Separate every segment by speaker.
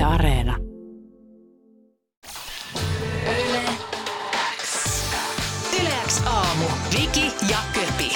Speaker 1: Yle Areena.
Speaker 2: Yle X aamu. Viki ja Köpi.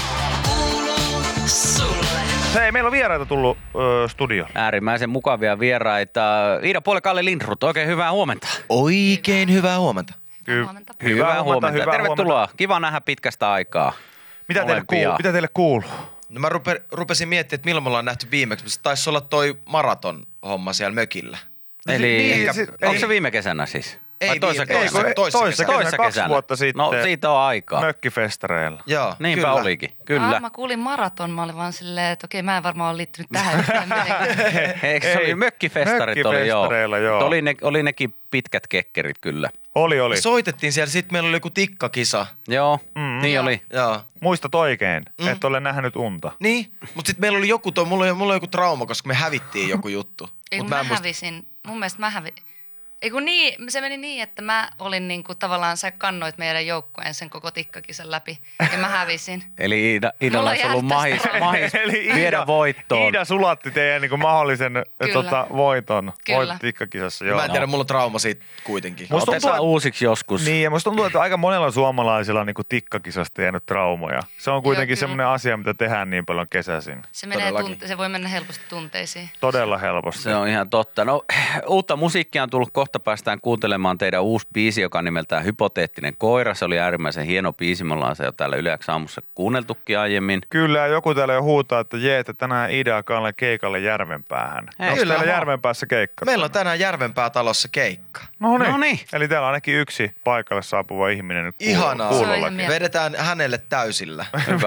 Speaker 2: Kuuluu sulle.
Speaker 3: Hei, meillä on vieraita tullut studioon.
Speaker 4: Äärimmäisen mukavia vieraita. Iida Puole, Kalle Lindroth, oikein hyvää huomenta.
Speaker 5: Oikein hyvää huomenta.
Speaker 3: Hyvää huomenta.
Speaker 4: Tervetuloa.
Speaker 3: Huomenta.
Speaker 4: Kiva nähdä pitkästä aikaa.
Speaker 3: Mitä teille kuuluu?
Speaker 5: No mä rupesin miettimään, että milloin me ollaan nähty viimeksi. Se taisi olla toi maraton homma siellä mökillä.
Speaker 4: Eli onko se viime kesänä siis?
Speaker 5: Ei
Speaker 4: toissa
Speaker 5: toissa
Speaker 3: kesänä, 2 vuotta sitten.
Speaker 4: No siitä on aikaa.
Speaker 3: Mökkifestareilla.
Speaker 5: Joo,
Speaker 4: Niinpä
Speaker 5: kyllä.
Speaker 4: olikin, kyllä.
Speaker 6: Mä kuulin maraton, mä olin vaan silleen, että okei, mä en varmaan ole liittynyt tähän yhtään mitenkään.
Speaker 4: Eikö se oli mökkifestarit oli
Speaker 3: joo.
Speaker 4: Oli nekin pitkät kekkerit kyllä.
Speaker 3: Oli.
Speaker 5: Me soitettiin siellä, sitten meillä oli joku tikkakisa.
Speaker 4: Joo, niin oli.
Speaker 5: Joo.
Speaker 3: Muistat oikein, että olen nähnyt unta.
Speaker 5: Niin, mutta sitten meillä oli joku, mulla oli joku trauma, koska me hävittiin joku juttu.
Speaker 6: Ei kun mä hävisin, mun mielestä mä hävisin. Ei kun niin, se meni niin, että mä olin niinku tavallaan, sä kannoit meidän joukkueen sen koko tikkakisan läpi ja mä hävisin.
Speaker 4: Eli Iidalla olisi ollut mahis viedä voittoon.
Speaker 3: Iida sulatti teidän niin mahdollisen voiton tikkakisassa.
Speaker 5: Mä en tiedä, mulla on trauma siitä kuitenkin.
Speaker 4: Otetaan uusiksi joskus.
Speaker 3: Niin, ja musta tuntuu, että aika monella suomalaisilla on niin tikkakisasta jäänyt traumoja. Se on kuitenkin semmoinen asia, mitä tehdään niin paljon kesäisin.
Speaker 6: Se voi mennä helposti tunteisiin.
Speaker 3: Todella helposti.
Speaker 4: Se on ihan totta. No, uutta musiikkia on tullut kohta päästään kuuntelemaan teidän uusi biisi, joka on nimeltään Hypoteettinen koira. Se oli äärimmäisen hieno biisi. Me ollaan se jo täällä Yle X aamussa kuunneltukin aiemmin.
Speaker 3: Kyllä, joku täällä jo huutaa, että että tänään Iida Kalle keikalle Järvenpäähän. Onko täällä Järvenpäässä keikka?
Speaker 5: Meillä on tänään Järvenpää talossa keikka.
Speaker 3: No niin. Eli täällä on ainakin yksi paikalle saapuva ihminen nyt
Speaker 5: Ihanaa.
Speaker 3: kuulollakin.
Speaker 5: Vedetään hänelle täysillä.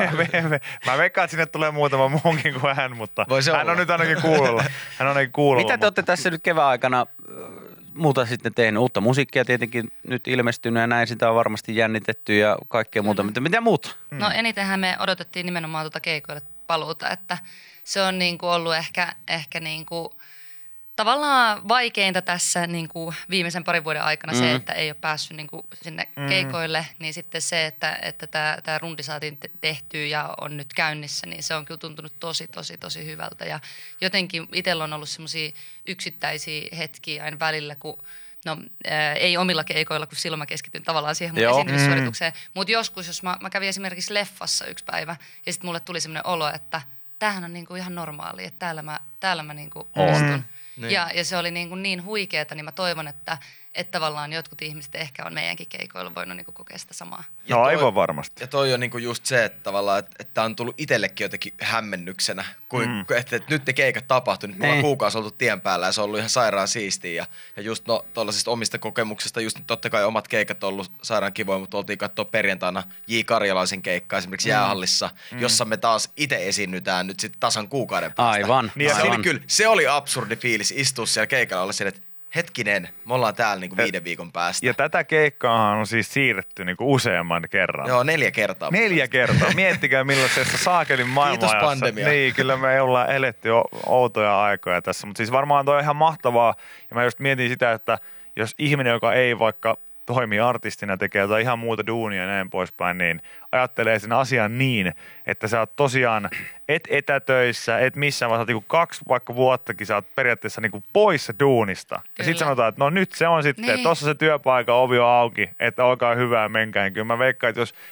Speaker 3: Mä veikkaan, että sinne tulee muutama muunkin kuin hän, mutta hän on nyt ainakin kuulolla.
Speaker 4: Mitä te olette tässä nyt kevään aikana muuta sitten tehnyt? Uutta musiikkia tietenkin nyt ilmestynyt ja näin, sitä on varmasti jännitetty ja kaikkea muuta. Mitä muuta?
Speaker 6: No enitenhän me odotettiin nimenomaan keikoille paluuta, että se on niinku ollut ehkä niinku tavallaan vaikeinta tässä niinku viimeisen parin vuoden aikana se, että ei ole päässyt niinku sinne keikoille, niin sitten se, että tämä rundi saatiin tehtyä ja on nyt käynnissä, niin se on kyllä tuntunut tosi hyvältä. Ja jotenkin itsellä on ollut semmoisia yksittäisiä hetkiä aina välillä, kun ei omilla keikoilla, kun silloin mä keskityn tavallaan siihen mun esiintymissuoritukseen. Mutta joskus, jos mä kävin esimerkiksi leffassa yksi päivä ja sitten mulle tuli semmoinen olo, että tämähän on niinku ihan normaali, että täällä mä niinku onnistun. Niin. Ja se oli niin huikeeta, niin mä toivon, että tavallaan jotkut ihmiset ehkä on meidänkin keikoilla voinut niinku kokea sitä samaa.
Speaker 3: No aivan varmasti.
Speaker 5: Ja toi on niinku just se, että tavallaan, että on tullut itsellekin jotenkin hämmennyksenä, että nyt ne keikat tapahtui. Nyt me ollaan kuukausi oltu tien päällä ja se on ollut ihan sairaan siistiä. Ja just tuollaisista omista kokemuksista, just totta kai omat keikat on ollut sairaan kivoja, mutta oltiin katsoa perjantaina J. Karjalaisen keikkaa esimerkiksi Jäähallissa, jossa me taas itse esiinnytään nyt sitten tasan kuukauden päästä.
Speaker 4: Aivan.
Speaker 5: Se oli absurdi fiilis istua siellä keikalla olla siellä, että hetkinen, me ollaan täällä niinku 5 viikon päästä.
Speaker 3: Ja tätä keikkaahan on siis siirretty niinku useamman kerran.
Speaker 5: Joo, 4 kertaa.
Speaker 3: 4 kertaa. Miettikää millaisessa saakelin maailmanajassa.
Speaker 5: Kiitos pandemia.
Speaker 3: Niin, kyllä me ollaan eletty outoja aikoja tässä. Mutta siis varmaan toi on ihan mahtavaa. Ja mä just mietin sitä, että jos ihminen, joka ei vaikka toimii artistina, tekee jotain ihan muuta duunia ja näin poispäin, niin ajattelee sen asian niin, että sä oot tosiaan etätöissä, et missään vaiheessa niinku 2 vaikka vuottakin sä oot periaatteessa niinku poissa duunista. Kyllä. Ja sit sanotaan, että no nyt se on sitten, niin. Tossa se työpaikan ovi on auki, että olkaa hyvää, menkää. Kyllä mä veikkaan, että jos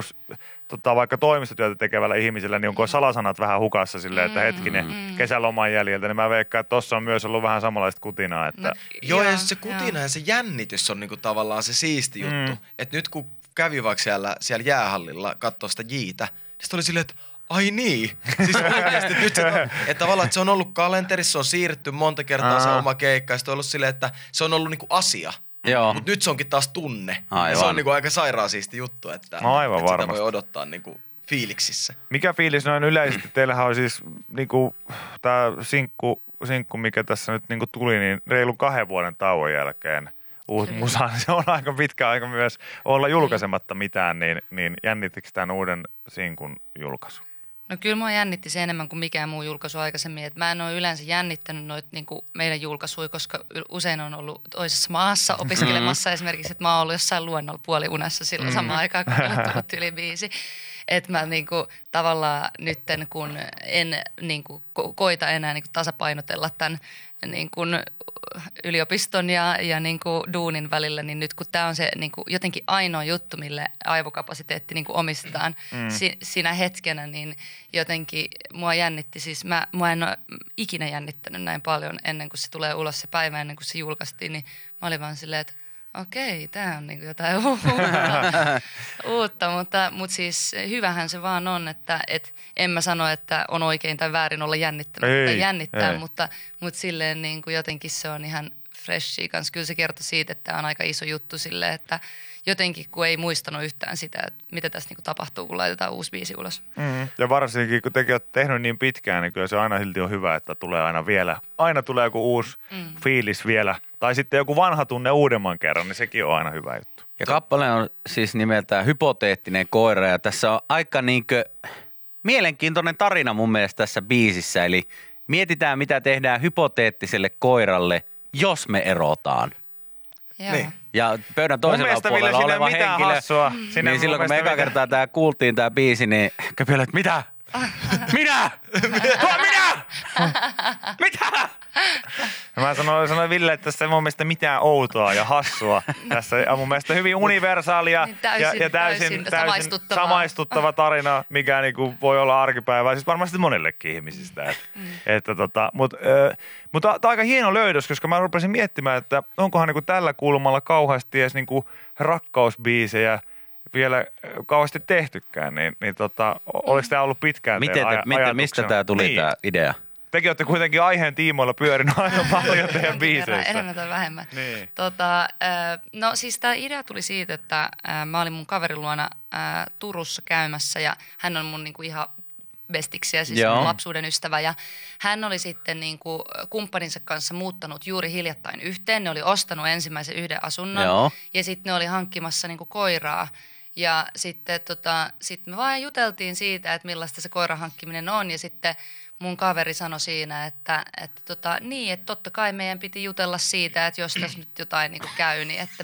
Speaker 3: vaikka toimistotyötä tekevällä ihmisellä, niin onko salasanat vähän hukassa silleen, että hetkinen, kesäloman jäljiltä, niin mä veikkaan, että tossa on myös ollut vähän samanlaista kutinaa. Että
Speaker 5: Joo, ja se kutina ja se jännitys on niinku tavallaan se siisti juttu. Että nyt kun kävi vaikka siellä jäähallilla katsoo sitä Jiitä, niin sitten oli silleen, että ai niin. Siis oikeasti nyt että tavallaan, että se on ollut kalenterissa, se on siirretty monta kertaa se oma keikka, ja sitten on ollut silleen, että se on ollut niinku asia. Mutta nyt se onkin taas tunne. Aivan. Ja se on niinku aika sairaan siisti juttu, että,
Speaker 3: aivan
Speaker 5: että sitä voi odottaa niinku fiiliksissä.
Speaker 3: Mikä fiilis noin yleisesti? Teillähän on siis niinku tää sinkku, mikä tässä nyt niinku tuli, niin reilu 2 vuoden tauon jälkeen uusi musa. Se on aika pitkä aika myös olla julkaisematta mitään, niin jännittikö tämän uuden sinkun julkaisu?
Speaker 6: No kyllä mua jännitti se enemmän kuin mikään muu julkaisu aikaisemmin. Et mä en ole yleensä jännittänyt noita niinku meidän julkaisuja, koska usein on ollut toisessa maassa opiskelemassa esimerkiksi, että mä oon ollut jossain luennolla puoliunessa silloin samaan aikaan, kun meillä on tullut yli biisi. että mä niinku tavallaan nytten kun en niinku koita enää niinku tasapainotella tämän niinku yliopiston ja niinku duunin välillä, niin nyt kun tämä on se niinku jotenkin ainoa juttu, mille aivokapasiteetti niinku omistetaan siinä hetkenä, niin jotenkin mua jännitti. Siis mua en ole ikinä jännittänyt näin paljon ennen kuin se tulee ulos se päivä, ennen kuin se julkaistiin, niin mä olin vaan silleen, että okei, tämä on niinku jotain uutta, mutta siis hyvähän se vaan on, että en mä sano, että on oikein tai väärin olla jännittänyt tai jännittää,
Speaker 3: ei.
Speaker 6: mutta silleen niinku jotenkin se on ihan freshia kanssa. Kyllä se kertoi siitä, että tämä on aika iso juttu silleen, että jotenkin kun ei muistanut yhtään sitä, että mitä tässä niinku tapahtuu, kun laitetaan uusi biisi ulos.
Speaker 3: Ja varsinkin, kun tekin olette tehnyt niin pitkään, niin kyllä se aina silti on hyvä, että tulee aina tulee joku uusi fiilis vielä. Tai sitten joku vanha tunne uudemman kerran, niin sekin on aina hyvä juttu.
Speaker 4: Ja kappale on siis nimeltään Hypoteettinen koira ja tässä on aika mielenkiintoinen tarina mun mielestä tässä biisissä. Eli mietitään, mitä tehdään hypoteettiselle koiralle, jos me erotaan.
Speaker 6: Joo.
Speaker 5: Niin.
Speaker 4: Ja pöydän toisella
Speaker 3: mielestä, Ville,
Speaker 4: puolella
Speaker 3: siinä ei
Speaker 4: oleva
Speaker 3: mitään
Speaker 4: henkilö,
Speaker 3: hassua. Siinä
Speaker 4: niin silloin kun
Speaker 3: mun
Speaker 4: me
Speaker 3: mielestä
Speaker 4: eka kertaa kuultiin tämä biisi, niin Köpi oli, että mitä? Minä? Tuo minä? Mitä?
Speaker 3: Ja mä sanoin Ville, että tässä ei mun mielestä mitään outoa ja hassua. Tässä on mun mielestä hyvin universaalia
Speaker 6: Niin
Speaker 3: ja täysin
Speaker 6: samaistuttava
Speaker 3: tarina, mikä niinku voi olla arkipäivää. Siis varmasti monillekin ihmisistä. Mutta tämä on aika hieno löydös, koska mä rupesin miettimään, että onkohan niinku tällä kulmalla kauheasti edes niinku rakkausbiisejä vielä kauheasti tehtykään. Oliko tämä ollut pitkään
Speaker 4: Mistä tämä tuli tämä idea?
Speaker 3: Tekin olette kuitenkin aiheen tiimoilla pyörinyt aika paljon teidän biiseissä.
Speaker 6: Enemmän tai vähemmän.
Speaker 3: Niin.
Speaker 6: No siis tämä idea tuli siitä, että mä olin mun kaverin luona Turussa käymässä ja hän on mun niinku ihan bestiksiä, siis mun lapsuuden ystävä. Ja hän oli sitten niinku kumppaninsa kanssa muuttanut juuri hiljattain yhteen. Ne oli ostanut ensimmäisen yhden asunnon ja sitten ne oli hankkimassa niinku koiraa. Ja sitten me vaan juteltiin siitä, että millaista se koiran hankkiminen on ja sitten mun kaveri sanoi siinä, että totta kai meidän piti jutella siitä, että jos tässä nyt jotain niinku käy, niin että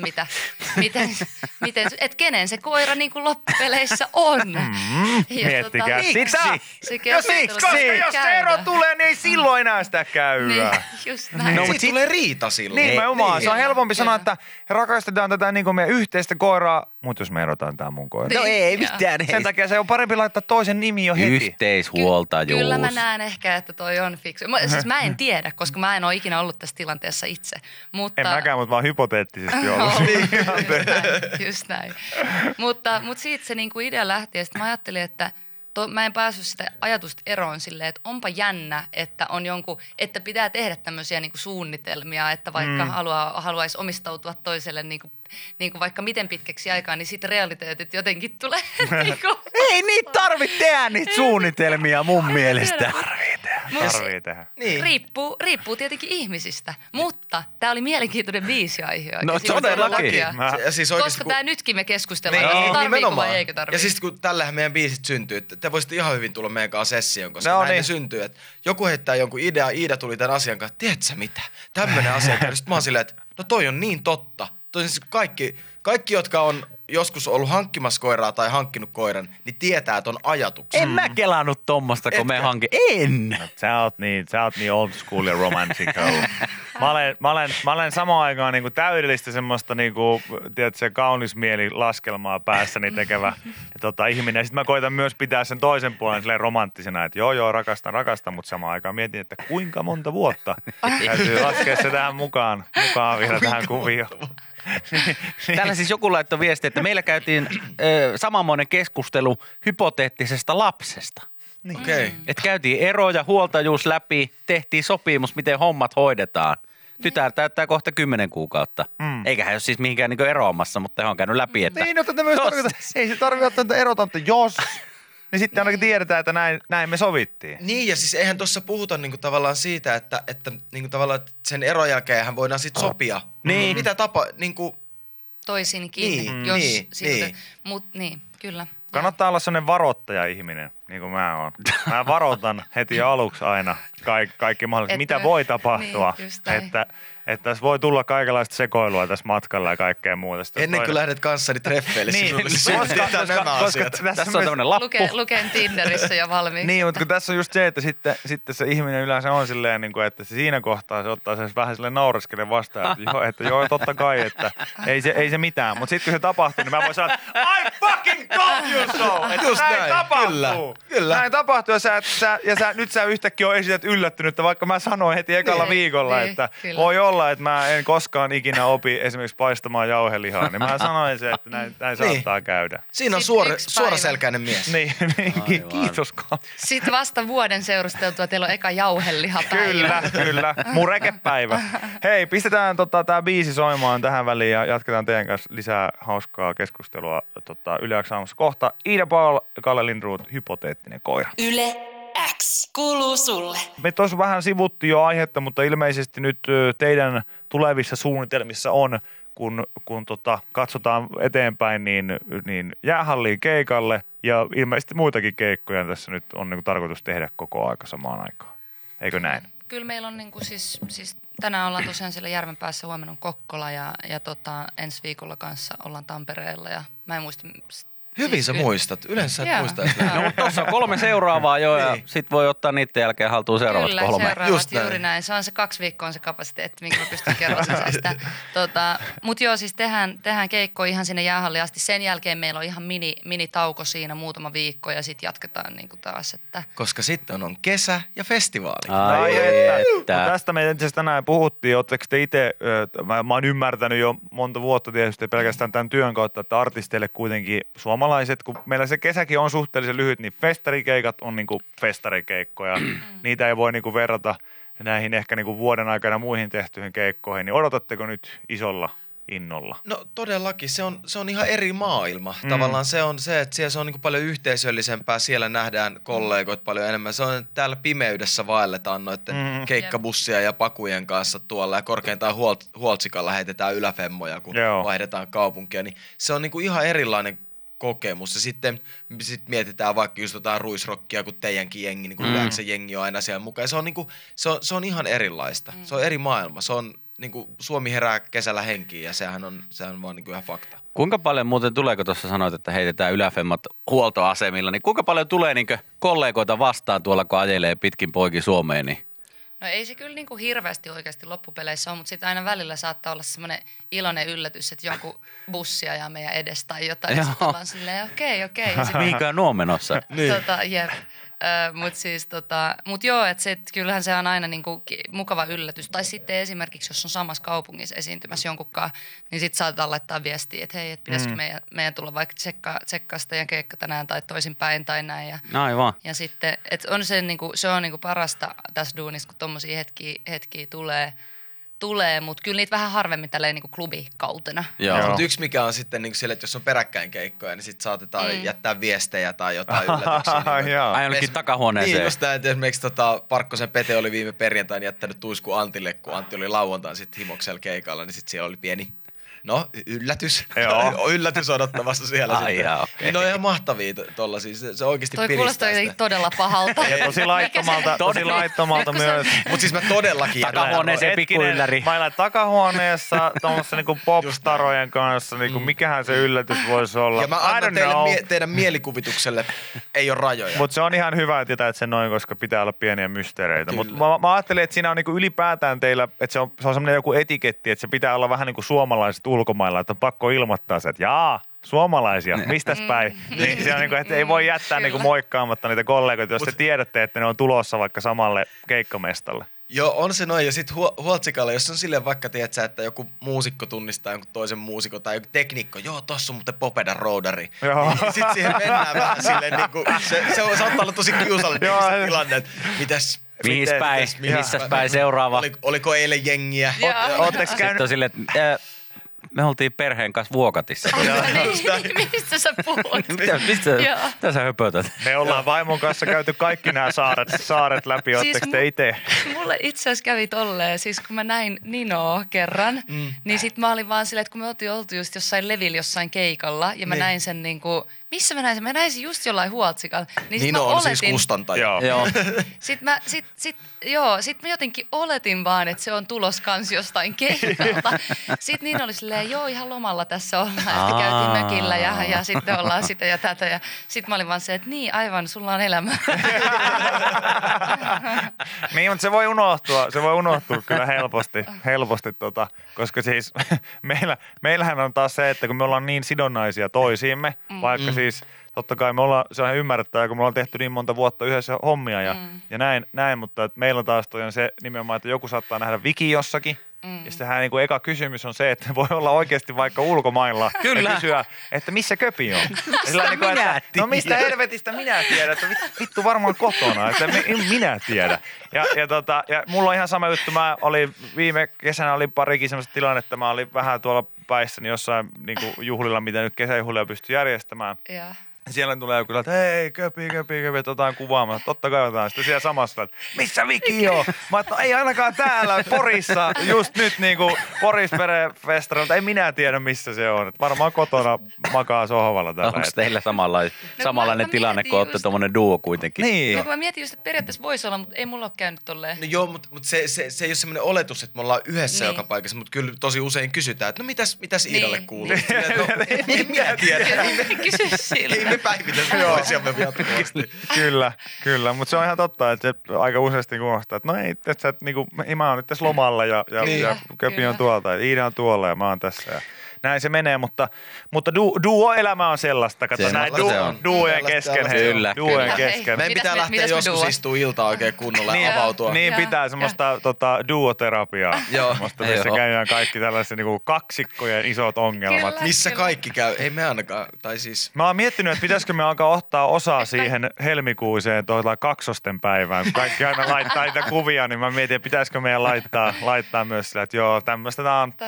Speaker 6: miten että kenen se koira niinku loppupeleissä on.
Speaker 3: Miettikää sitä.
Speaker 6: Siksi,
Speaker 3: koska jos se ero tulee, niin ei silloin enää sitä käyä.
Speaker 6: Niin, just näin.
Speaker 5: No, siitä tulee riita silloin.
Speaker 3: Niin. Se on helpompi sanoa,
Speaker 6: Kyllä.
Speaker 3: että rakastetaan tätä niin kuin meidän yhteistä koiraa, mutta jos me erotaan tämä mun koira.
Speaker 4: No ei mitään.
Speaker 3: Sen takia se on parempi laittaa toisen nimi jo heti.
Speaker 4: Yhteishuoltajuus.
Speaker 6: Kyllä mä näen ehkä, että toi on fiksu. Siis mä en tiedä, koska mä en ole ikinä ollut tässä tilanteessa itse. Mutta
Speaker 3: En mäkään, mutta mä oon hypoteettisesti ollut.
Speaker 6: just näin. Mutta siitä se niinku idea lähti ja sitten mä ajattelin, että mä en päässyt sitä ajatusta eroon silleen, että onpa jännä, että on että pitää tehdä tämmöisiä niinku suunnitelmia, että vaikka haluaisi omistautua toiselle niinku vaikka miten pitkäksi aikaa, niin sitten realiteetit jotenkin tulee.
Speaker 4: Ei niitä tarvitse tehdä niitä suunnitelmia mun mielestä.
Speaker 3: Tarvii tehdä.
Speaker 5: Niin.
Speaker 6: Riippuu tietenkin ihmisistä, mutta tämä oli mielenkiintoinen biisiaihe.
Speaker 4: No todellakin.
Speaker 5: Ja siis
Speaker 6: Koska tämä nytkin me keskustellaan,
Speaker 5: Niin,
Speaker 6: tarviiko
Speaker 5: nimenomaan.
Speaker 6: vai eikö tarvitse.
Speaker 5: Ja siis kun tällähän meidän biisit syntyy, että te voisitte ihan hyvin tulla meidän kanssa sessioon, koska
Speaker 3: No
Speaker 5: näin
Speaker 3: niin.
Speaker 5: ne syntyy. Että joku heittää jonkun idea, Iida tuli tämän asian kanssa, tiedätkö sä mitä? Tämmöinen asia. Sitten mä oon silleen, että no toi on niin totta. Toi siis kaikki, jotka on joskus ollut hankkimassa koiraa tai hankkinut koiran, niin tietää ton ajatuksen.
Speaker 4: En mä kelannut tommosta, kun me hankin. En!
Speaker 3: Sä oot niin old school ja romantical. Mä olen samaan aikaan niinku täydellistä semmoista niinku, tiedätkö, kaunis mieli laskelmaa päässäni tekevä ihminen. Ja sit mä koitan myös pitää sen toisen puolen silleen romanttisena, että joo, rakastan, mutta samaan aikaan mietin, että kuinka monta vuotta täytyy laskea se tähän mukaan vielä tähän kuvioon.
Speaker 4: Täällä siis joku laittoi viesti, että meillä käytiin samanmoinen keskustelu hypoteettisesta lapsesta.
Speaker 5: Okei.
Speaker 4: Että käytiin eroja, huoltajuus läpi, tehtiin sopimus, miten hommat hoidetaan. Tytär täyttää kohta 10 kuukautta. Eikä hän ole siis mihinkään niin eroamassa, mutta he on käynyt läpi, että...
Speaker 3: Niin, mutta myös ei se tarvitse ottaa erota, että jos, niin sitten ainakin tiedetään, että näin me sovittiin.
Speaker 5: Niin, ja siis eihän tuossa puhuta niinku tavallaan siitä, että niinku tavallaan että sen eron jälkeen voidaan sitten sopia.
Speaker 4: Niin.
Speaker 5: Mitä tapa, niinku...
Speaker 6: Toisinkin,
Speaker 5: Niin,
Speaker 6: jos
Speaker 5: niin,
Speaker 6: siltä.
Speaker 5: niin.
Speaker 6: Niin, kyllä.
Speaker 3: Kannattaa olla sellainen varoittaja-ihminen, niin kuin mä oon. Mä varoitan heti aluksi aina kaikki mahdolliset,
Speaker 6: Että-
Speaker 3: mitä voi tapahtua.
Speaker 6: niin, just näin.
Speaker 3: Että tässä voi tulla kaikenlaista sekoilua tässä matkalla ja kaikkea muuta. Sitten
Speaker 5: Ennen kuin lähdet kanssani treffeille,
Speaker 3: Niin,
Speaker 5: sinulle
Speaker 3: koska
Speaker 5: selvitetään nämä asiat.
Speaker 4: Tässä on tämmöinen lappu.
Speaker 6: Luken Tinderissä jo valmiiksi.
Speaker 3: Niin, mutta kun tässä on just se, että sitten se ihminen yleensä on silleen, niin kuin, että se siinä kohtaa se ottaa se vähän silleen naureskelen vastaan, että joo, totta kai, että ei se mitään. Mutta sitten kun se tapahtuu, niin mä voin sanoa, että I fucking told you so! Että
Speaker 5: Just
Speaker 3: näin
Speaker 5: näin,
Speaker 3: tapahtuu.
Speaker 5: kyllä.
Speaker 3: Näin tapahtuu ja nyt sä yhtäkkiä on esität yllättynyttä, vaikka mä sanoin heti ekalla viikolla,
Speaker 6: niin,
Speaker 3: että
Speaker 6: kyllä.
Speaker 3: voi olla, että mä en koskaan ikinä opi esimerkiksi paistamaan jauhelihaa. Niin mä sanoin se, että näin saattaa käydä.
Speaker 5: Siinä on
Speaker 6: Sitten yksi päivä.
Speaker 5: suoraselkäinen mies.
Speaker 3: Niin, kiitos.
Speaker 6: Sitten vasta vuoden seurusteltua teillä on eka jauhelihapäivä.
Speaker 3: Kyllä. Murekepäivä. Hei, pistetään tää biisi soimaan tähän väliin ja jatketaan teidän kanssa lisää hauskaa keskustelua Yle X aamussa. Kohta Ida Paul, Kalle Lindroth, hypoteettinen koira.
Speaker 2: Yle X kuuluu sulle.
Speaker 3: Me tuossa vähän sivuttiin jo aihetta, mutta ilmeisesti nyt teidän tulevissa suunnitelmissa on, kun katsotaan eteenpäin, niin jäähalliin keikalle ja ilmeisesti muitakin keikkoja tässä nyt on niin kuin tarkoitus tehdä koko aika samaan aikaan. Eikö näin?
Speaker 6: Kyllä meillä on niinku siis tänään ollaan tosiaan siellä Järvenpäässä, huomenna on Kokkola ja ensi viikolla kanssa ollaan Tampereella ja mä en muista.
Speaker 5: Hyvin sä muistat. Yleensä sä et
Speaker 6: Joo.
Speaker 5: muista edes näitä.
Speaker 4: No, mutta tuossa on 3 seuraavaa jo ja
Speaker 5: Niin.
Speaker 4: sit voi ottaa niiden jälkeen haltuun seuraavat
Speaker 6: Kyllä,
Speaker 4: 3.
Speaker 6: seuraavat
Speaker 5: Just näin.
Speaker 6: juuri näin. Se on se 2 viikkoa on se kapasiteetti, minkä mä pystyn kerran sisäistä. Mutta joo, siis tehdään keikkoja ihan sinne jäähalliin asti. Sen jälkeen meillä on ihan mini-tauko siinä muutama viikko ja sitten jatketaan niinku taas. Että
Speaker 5: Koska sitten on kesä ja festivaali.
Speaker 4: Ai
Speaker 3: Mutta tästä me itse asiassa tänään puhuttiin. Oletteko te itse, mä oon ymmärtänyt jo monta vuotta tietysti pelkästään tämän työn kautta, että artisteille kuitenkin suomalaiset, kun meillä se kesäkin on suhteellisen lyhyt, niin festarikeikat on niinku festarikeikkoja. Niitä ei voi niinku verrata näihin ehkä niinku vuoden aikana muihin tehtyihin keikkoihin. Niin odotatteko nyt isolla innolla?
Speaker 5: No todellakin, se on ihan eri maailma. Tavallaan se on se, että siellä se on niin kuin paljon yhteisöllisempää, siellä nähdään kollegoit paljon enemmän. Se on täällä pimeydessä vaelletaan noiden keikkabussia ja pakujen kanssa tuolla ja korkeintaan huoltsikalla heitetään yläfemmoja, kun vaihdetaan kaupunkia. Niin se on niin kuin ihan erilainen kokemus. Ja sitten mietitään vaikka just jotain ruisrockia, kun teidänkin jengi, niin kuin yleensä jengi on aina siellä mukaan. Se on, niin kuin, se on ihan erilaista. Se on eri maailma. Se on niin kuin Suomi herää kesällä henkiin ja sehän on vaan niin kuin ihan fakta.
Speaker 4: Kuinka paljon muuten tuleeko tuossa sanoit, että heitetään yläfemmat huoltoasemilla, niin kuinka paljon tulee niin kollegoita vastaan tuolla, kun ajelee pitkin poikin Suomeen? Niin?
Speaker 6: no ei se kyllä niinku hirveästi oikeasti loppupeleissä ole, mutta sitten aina välillä saattaa olla semmoinen iloinen yllätys, että jonkun bussi ajaa meidän edestä tai jotain. Ja sitten ollaan silleen okei. Ja sit,
Speaker 4: Mihinkään nuo menossa?
Speaker 6: jep. Mutta joo, että kyllähän se on aina niinku mukava yllätys. Tai sitten esimerkiksi, jos on samassa kaupungissa esiintymässä jonkunkaan, niin sitten saatetaan laittaa viestiä, että hei, et pitäisikö meidän tulla vaikka tsekkaa teidän keikka tänään tai toisinpäin tai näin. Ja,
Speaker 4: Aivan.
Speaker 6: ja sitten, että on se on niinku parasta tässä duunissa, kun tommosia hetkiä tulee, mutta kyllä niitä vähän harvemmin tälleen niinku klubikautena.
Speaker 4: Joo.
Speaker 5: Mutta yksi mikä on sitten niin sille, että jos on peräkkäin keikkoja, niin sitten saatetaan jättää viestejä tai jotain yllätyksiä. Niin
Speaker 4: Ainakin takahuoneeseen.
Speaker 5: Niin, just näin, että esimerkiksi Parkkosen Pete oli viime perjantaina jättänyt tuisku Antille, kun Antti oli lauantain sitten Himoksella keikalla, niin sitten siellä oli pieni, yllätys.
Speaker 3: Joo.
Speaker 5: Yllätys odottamassa siellä.
Speaker 4: Ai
Speaker 5: sitten.
Speaker 4: jaa, okei.
Speaker 5: Niin ne on ihan mahtavia tollasia, se oikeasti
Speaker 6: Toi
Speaker 5: piristää
Speaker 6: kuulostaa
Speaker 5: sitä.
Speaker 6: jotenkin todella pahalta.
Speaker 3: Ja tosi laittomalta myös.
Speaker 5: Mutta siis mä todellakin
Speaker 4: Takahuoneeseen pikkuylläri.
Speaker 3: Mä elän takahuoneessa tuommoissa niinku popstarojen kanssa, niinku mikähän se yllätys voisi olla.
Speaker 5: Ja mä
Speaker 3: I
Speaker 5: annan
Speaker 3: don't know.
Speaker 5: teidän mielikuvitukselle ei ole rajoja.
Speaker 3: Mutta se on ihan hyvä tietää, että se noin, koska pitää olla pieniä mysteereitä. Mutta mä ajattelin, että siinä on niinku ylipäätään teillä, että se on semmoinen joku etiketti, että se pitää olla vähän niin kuin suomalaiset ulkomailla, että on pakko ilmoittaa se, että suomalaisia, mistäs päin. Niin se on niinku, että ei voi jättää niinku moikkaamatta niitä kollegoita, jos te tiedätte, että ne on tulossa vaikka samalle keikkamestalle.
Speaker 5: Joo, on se noin. Ja sitten Huoltsikalle, jos on silleen vaikka, tiedätkö, että joku muusikko tunnistaa jonkun toisen muusikon tai joku teknikko, tossa on muuten Popeda roudari. Niin sitten siihen mennään vähän silleen niinku, se saattaa olla tosi kiusallinen se tilanne, että
Speaker 4: Missä päin seuraava?
Speaker 5: Oliko eilen jengiä?
Speaker 3: Ootteko
Speaker 4: Sitten on silleen, että Me oltiin perheen kanssa Vuokatissa.
Speaker 6: Niin, mistä sä puhut?
Speaker 4: Mitä sä höpötät?
Speaker 3: Me ollaan vaimon kanssa käyty kaikki nämä saaret läpi, ootteko te itse?
Speaker 6: Mulle itse asiassa kävi tolleen, siis kun mä näin Ninoa kerran, niin sit mä olin vaan silleen, että kun me oltiin oltu just jossain levillä jossain keikalla, ja mä näin sen niinku, missä mä näin sen? Mä näin sen just jollain huoltsikalla. Niin sit
Speaker 5: Nino
Speaker 6: mä
Speaker 5: on
Speaker 6: oletin,
Speaker 5: siis kustantaja.
Speaker 4: Joo.
Speaker 6: Sit mä jotenkin oletin vaan, että se on tulos kans jostain keikalta. Sitten Nino oli silleen, joo ihan lomalla tässä ollaan, että käytiin mökillä ja sitten ollaan sitä ja tätä. Ja sitten mä olin vaan se, että niin aivan, sulla on elämä.
Speaker 3: Niin, mutta se voi unohtua kyllä helposti koska siis meillähän on taas se, että kun me ollaan niin sidonnaisia toisiimme, vaikka siis totta kai se on ihan ymmärrettävää, kun me ollaan tehty niin monta vuotta yhdessä hommia ja näin, mutta että meillä on taas se nimenomaan, että joku saattaa nähdä Viki jossakin. Ja sittenhän niin kuin eka kysymys on se, että voi olla oikeasti vaikka ulkomailla ja kysyä, että missä Köpi on. No mistä helvetistä minä tiedän, että vittu varmaan kotona, että minä tiedän. Ja mulla on ihan sama juttu, viime kesänä oli parikin sellaista tilannetta, mä olin vähän tuolla päissäni jossain niin kuin juhlilla, mitä nyt kesäjuhlilla pystyi järjestämään.
Speaker 6: Ja.
Speaker 3: Siellä tulee joku, että hei, köpi, että otetaan kuvaamaan. Totta kai otetaan. Sitten siellä samassa, että missä Viki on? Mä että no ei ainakaan täällä Porissa, just nyt niin kuin Poris-festarilla. Ei minä tiedä, missä se on. Että varmaan kotona makaa sohvalla tällä.
Speaker 4: Onko teillä samanlainen tilanne, kun olette tuommoinen duo kuitenkin?
Speaker 3: Niin.
Speaker 6: No, kun mä mietin just, että periaatteessa voisi olla, mutta ei mulla ole käynyt tolleen.
Speaker 5: No joo, mutta se ei ole semmoinen oletus, että me ollaan yhdessä joka paikassa, mutta kyllä tosi usein kysytään, että no mitäs Iidalle kuuluu? Ei minä tiedä.
Speaker 6: Kysy sillä.
Speaker 5: Ei me päivitetä toisiamme jatkuvasti.
Speaker 3: Kyllä, mutta se on ihan totta, että se aika useasti kuulostaa, että no ei, että niinku, mä oon nyt tässä lomalla ja Köpi on tuolta, ja Iida on tuolla ja mä oon tässä ja näin se menee, mutta duo-elämä on sellaista, kato näin duojen kesken.
Speaker 4: Kyllä.
Speaker 3: Duojen kesken.
Speaker 5: Meidän pitää lähteä joskus istua iltaa oikein kunnolla ja avautua.
Speaker 3: Niin pitää semmoista duoterapiaa, semmoista, missä käydään kaikki tällaiset niinku kaksikkojen isot ongelmat.
Speaker 6: Kyllä.
Speaker 5: Missä kaikki käy? Ei me ainakaan, tai siis...
Speaker 3: Mä oon miettinyt, että pitäisikö me alkaa ottaa osaa siihen helmikuiseen kaksosten päivään. Kun kaikki aina laittaa niitä kuvia, niin mä mietin, että pitäisikö meidän laittaa myös sillä, että joo, tämmöistä tää on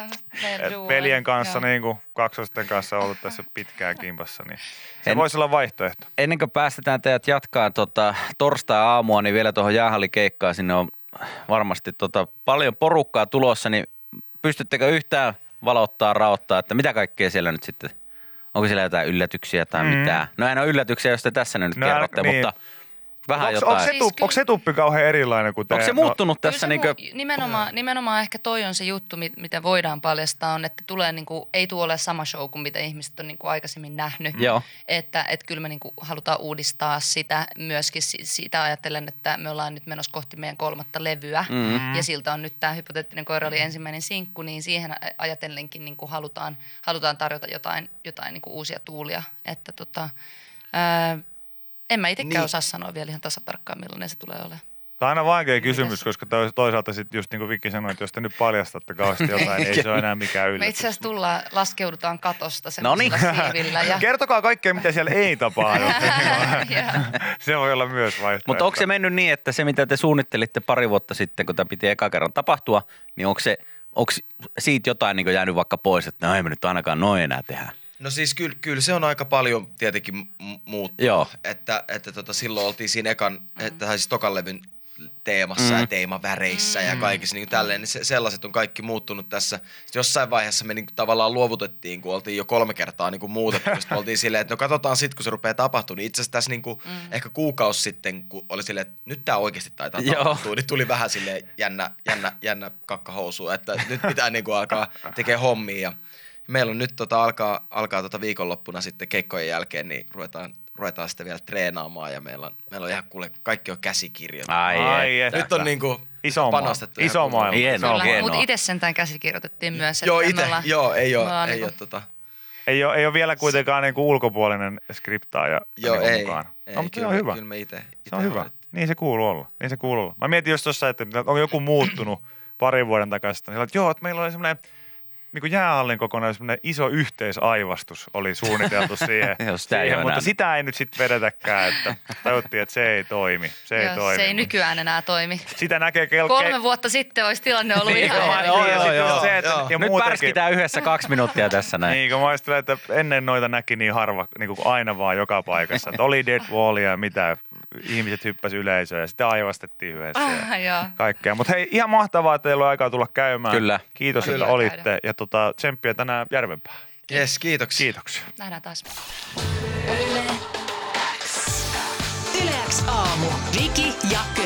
Speaker 3: veljen kanssa, niin kuin kaksosten kanssa ollut tässä pitkään kimpassa, niin se voisi olla vaihtoehto.
Speaker 4: Ennen kuin päästetään teidät jatkaa torstai-aamua, niin vielä tuohon jäähallikeikkaan, sinne on varmasti paljon porukkaa tulossa, niin pystyttekö yhtään valottaa, raottaa, että mitä kaikkea siellä nyt sitten, onko siellä jotain yllätyksiä tai mitään? No en ole yllätyksiä, jos te tässä nyt kerrotte, mutta vähän jotain.
Speaker 3: Onko se tuppi kauhean erilainen kuin te?
Speaker 4: Onko se muuttunut tässä?
Speaker 6: Nimenomaan ehkä toi on se juttu, mitä voidaan paljastaa, on, että tulee niinku, ei tule ole sama show kuin mitä ihmiset on niinku aikaisemmin nähnyt.
Speaker 4: Joo.
Speaker 6: Että kyllä me niinku halutaan uudistaa sitä myöskin siitä ajatellen, että me ollaan nyt menossa kohti meidän 3. levyä. Ja siltä on nyt tämä Hypoteettinen koira oli ensimmäinen sinkku, niin siihen ajatellenkin niinku halutaan tarjota jotain niinku uusia tuulia. Että en mä itsekään osaa sanoa vielä ihan tasatarkkaan, millainen se tulee olemaan.
Speaker 3: Tämä on aina vaikea kysymys, koska toisaalta sitten just niin kuin Vikki sanoi, että jos te nyt paljastatte kauheasti jotain, niin ei se ole enää mikään yllätys.
Speaker 6: Me itse asiassa laskeudutaan katosta semmoisella siivillä. Ja...
Speaker 3: Kertokaa kaikkea, mitä siellä ei tapahdu. Se voi olla myös vaihtoehto.
Speaker 4: Mutta onko se mennyt niin, että se mitä te suunnittelitte pari vuotta sitten, kun tämä piti eka kerran tapahtua, niin onko siitä jotain niin jäänyt vaikka pois, että no ei me nyt ainakaan noin enää tehdä?
Speaker 5: No siis kyllä se on aika paljon tietenkin muuttunut.
Speaker 4: Joo.
Speaker 5: Että silloin oltiin siinä siis tokan levyn teemassa ja teemaväreissä ja kaikissa niin tälleen, niin sellaiset on kaikki muuttunut tässä. Sitten jossain vaiheessa me niin tavallaan luovutettiin, kun oltiin jo 3 kertaa niin muutettu. Sitten oltiin silleen, että no katsotaan sitten, kun se rupeaa tapahtumaan. Niin itse asiassa tässä niin ehkä kuukausi sitten, kun oli silleen, että nyt tämä oikeasti taitaa tapahtua, niin tuli vähän silleen jännä kakkahousu, että nyt pitää niin alkaa tekemään hommia. Ja meillä on nyt alkaa viikonloppuna sitten keikkojen jälkeen, niin ruvetaan sitten vielä treenaamaan ja meillä on ihan kaikki on käsikirjoitettu. Nyt on niinku panostettu.
Speaker 3: Iso maailma.
Speaker 6: Mutta itse sentään käsikirjoitettiin myös.
Speaker 5: Joo, itse.
Speaker 3: Ei ole vielä kuitenkaan niinku ulkopuolinen skriptaaja mukaan.
Speaker 5: Ei,
Speaker 3: mutta se on hyvä.
Speaker 5: Kyllä me itse
Speaker 3: se on hyvä. Niin se kuuluu olla. Mä mietin just tuossa, että on joku muuttunut parin vuoden takaisin. Että joo, että meillä oli semmoinen niin jäähallin kokonaan semmoinen iso yhteisaivastus oli suunniteltu siihen. Mutta sitä ei nyt sitten vedetäkään, että tajuttiin, että se ei toimi. Se ei
Speaker 6: nykyään enää toimi.
Speaker 3: Sitä näkee
Speaker 6: 3 vuotta sitten olisi tilanne ollut ihan
Speaker 4: Joo. Nyt pärskitään yhdessä 2 minuuttia tässä näin.
Speaker 3: Niin, kun mä ajattelin, että ennen noita näki niin harva, niin kuin aina vaan joka paikassa. Että oli dead wallia ja mitä, ihmiset hyppäsi yleisöön ja sitä aivastettiin yhdessä ja kaikkea. Mutta hei, ihan mahtavaa, että teillä on aikaa tulla käymään.
Speaker 4: Kyllä.
Speaker 3: Kiitos, että olitte ja tsemppiä tänään Järvenpäähän.
Speaker 5: Yes, kiitoksia.
Speaker 6: Nähdään taas.
Speaker 2: Yle X aamu. Viki ja